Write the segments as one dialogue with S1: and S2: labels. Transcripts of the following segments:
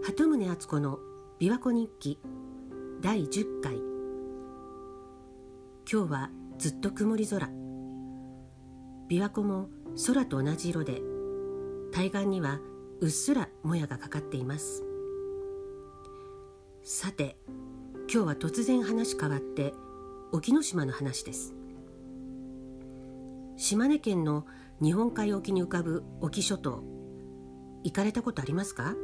S1: 鳩宗敦子の琵琶湖日記第10回。今日はずっと曇り空。琵琶湖も空と同じ色で、対岸にはうっすらもやがかかっています。さて、今日は突然話変わって沖ノ島の話です。島根県の日本海沖に浮かぶ沖諸島、行かれたことありますか？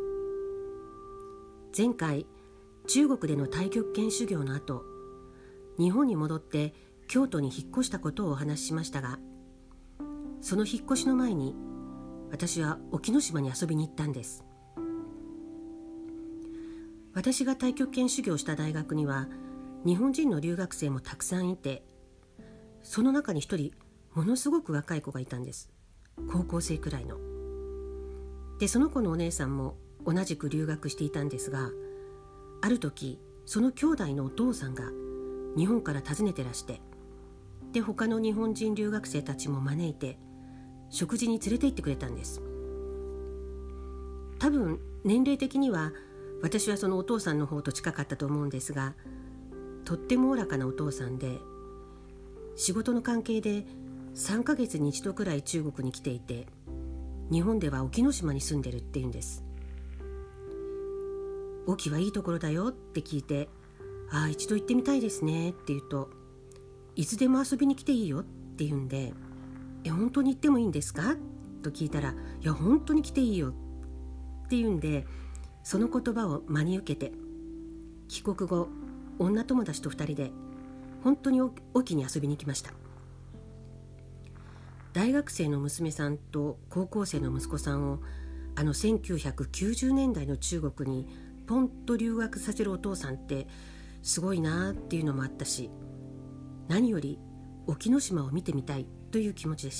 S1: 前回、中国での太極拳修行の後、日本に戻って京都に引っ越したことをお話ししましたが、その引っ越しの前に私は沖ノ島に遊びに行ったんです。私が太極拳修行した大学には日本人の留学生もたくさんいて、その中に一人ものすごく若い子がいたんです。高校生くらいの。で、その子のお姉さんも同じく留学していたんですが、ある時その兄弟のお父さんが日本から訪ねてらして、で他の日本人留学生たちも招いて食事に連れて行ってくれたんです。多分年齢的には私はそのお父さんの方と近かったと思うんですが、とってもおおらかなお父さんで、仕事の関係で3ヶ月に一度くらい中国に来ていて、日本では沖ノ島に住んでるって言うんです。沖はいいところだよって聞いて、ああ一度行ってみたいですねって言うと、いつでも遊びに来ていいよって言うんで、本当に行ってもいいんですかと聞いたら、いや本当に来ていいよって言うんで、その言葉を真に受けて、帰国後女友達と2人で本当に沖に遊びに行きました。大学生の娘さんと高校生の息子さんを1990年代の中国にポンと留学させるお父さんってすごいなっていうのもあったし、何より沖ノ島を見てみたいという気持ちでした。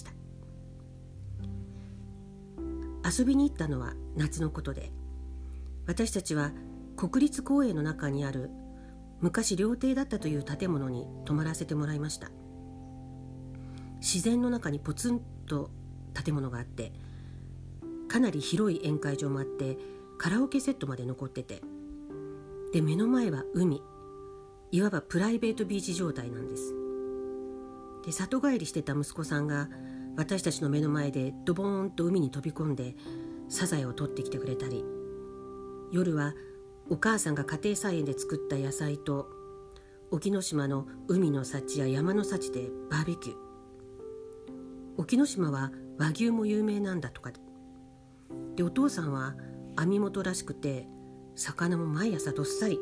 S1: 遊びに行ったのは夏のことで、私たちは国立公園の中にある昔料亭だったという建物に泊まらせてもらいました。自然の中にポツンと建物があって、かなり広い宴会場もあって、カラオケセットまで残ってて、で目の前は海、いわばプライベートビーチ状態なんです。で里帰りしてた息子さんが私たちの目の前でドボーンと海に飛び込んでサザエを取ってきてくれたり、夜はお母さんが家庭菜園で作った野菜と沖ノ島の海の幸や山の幸でバーベキュー。沖ノ島は和牛も有名なんだとかで、お父さんは網元らしくて魚も毎朝どっさり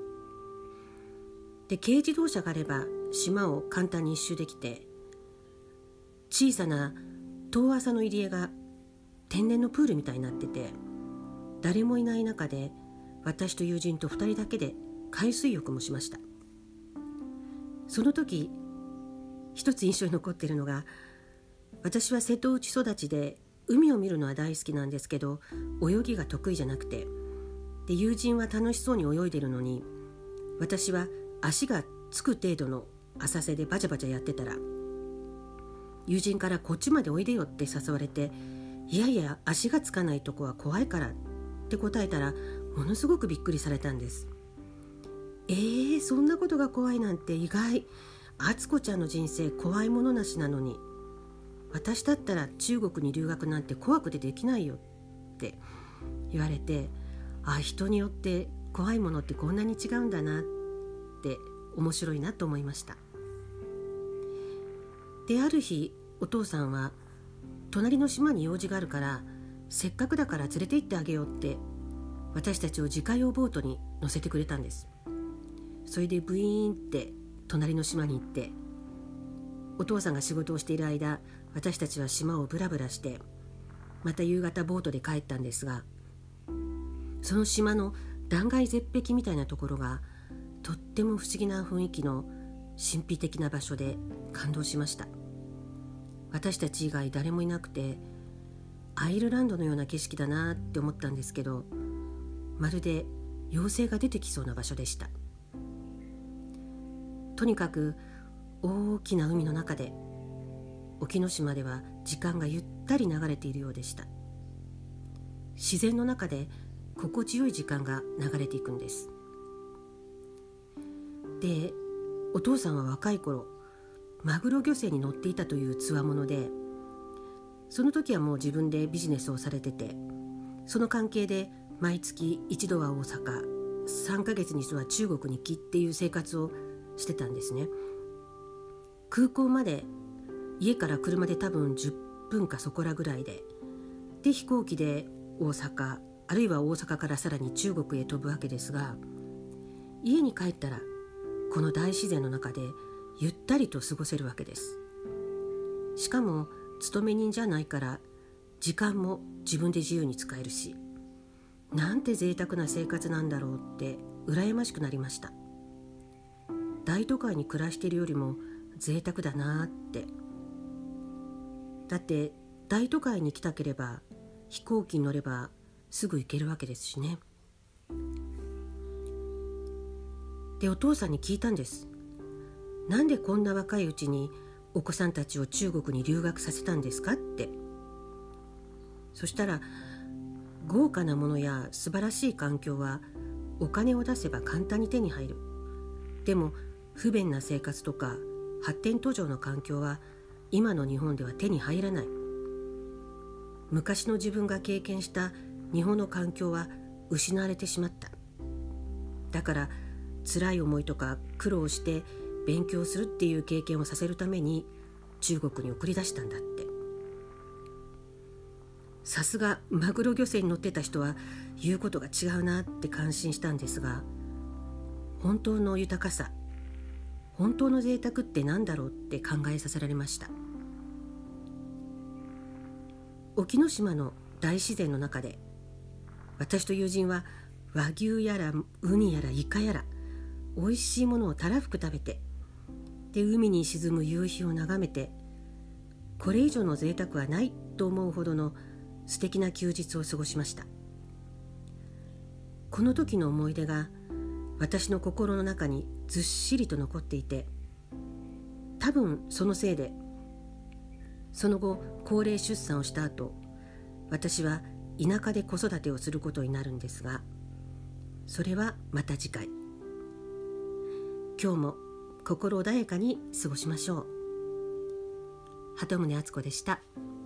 S1: で、軽自動車があれば島を簡単に一周できて、小さな遠浅の入り江が天然のプールみたいになってて、誰もいない中で私と友人と2人だけで海水浴もしました。その時一つ印象に残っているのが、私は瀬戸内育ちで海を見るのは大好きなんですけど、泳ぎが得意じゃなくて、で友人は楽しそうに泳いでるのに、私は足がつく程度の浅瀬でバチャバチャやってたら、友人からこっちまでおいでよって誘われて、いやいや足がつかないとこは怖いからって答えたら、ものすごくびっくりされたんです。そんなことが怖いなんて意外。敦子ちゃんの人生怖いものなしなのに、私だったら中国に留学なんて怖くてできないよって言われて、人によって怖いものってこんなに違うんだなって面白いなと思いました。で、ある日お父さんは隣の島に用事があるから、せっかくだから連れて行ってあげようって私たちを自家用ボートに乗せてくれたんです。それでブイーンって隣の島に行って、お父さんが仕事をしている間、私たちは島をブラブラして、また夕方ボートで帰ったんですが、その島の断崖絶壁みたいなところがとっても不思議な雰囲気の神秘的な場所で感動しました。私たち以外誰もいなくて、アイルランドのような景色だなって思ったんですけど、まるで妖精が出てきそうな場所でした。とにかく大きな海の中で、沖ノ島では時間がゆったり流れているようでした。自然の中で心地よい時間が流れていくんです。で、お父さんは若い頃マグロ漁船に乗っていたという強者で、その時はもう自分でビジネスをされてて、その関係で毎月一度は大阪、3ヶ月に一度は中国に行きっていう生活をしてたんですね。空港まで家から車で多分10分かそこらぐらいで、飛行機で大阪、あるいは大阪からさらに中国へ飛ぶわけですが、家に帰ったらこの大自然の中でゆったりと過ごせるわけです。しかも勤め人じゃないから時間も自分で自由に使えるし、なんて贅沢な生活なんだろうって羨ましくなりました。大都会に暮らしているよりも贅沢だなって。だって大都会に来たければ飛行機に乗ればすぐ行けるわけですしね。で、お父さんに聞いたんです。なんでこんな若いうちにお子さんたちを中国に留学させたんですかって。そしたら、豪華なものや素晴らしい環境はお金を出せば簡単に手に入る。でも不便な生活とか発展途上の環境は今の日本では手に入らない。昔の自分が経験した日本の環境は失われてしまった。だから辛い思いとか苦労して勉強するっていう経験をさせるために中国に送り出したんだって。さすがマグロ漁船に乗ってた人は言うことが違うなって感心したんですが、本当の豊かさ、本当の贅沢って何だろうって考えさせられました。沖ノ島の大自然の中で、私と友人は和牛やらウニやらイカやら美味しいものをたらふく食べて、で海に沈む夕日を眺めて、これ以上の贅沢はないと思うほどの素敵な休日を過ごしました。この時の思い出が私の心の中にずっしりと残っていて、多分そのせいでその後高齢出産をした後、私は田舎で子育てをすることになるんですが、それはまた次回。今日も心穏やかに過ごしましょう。鳩宗敦子でした。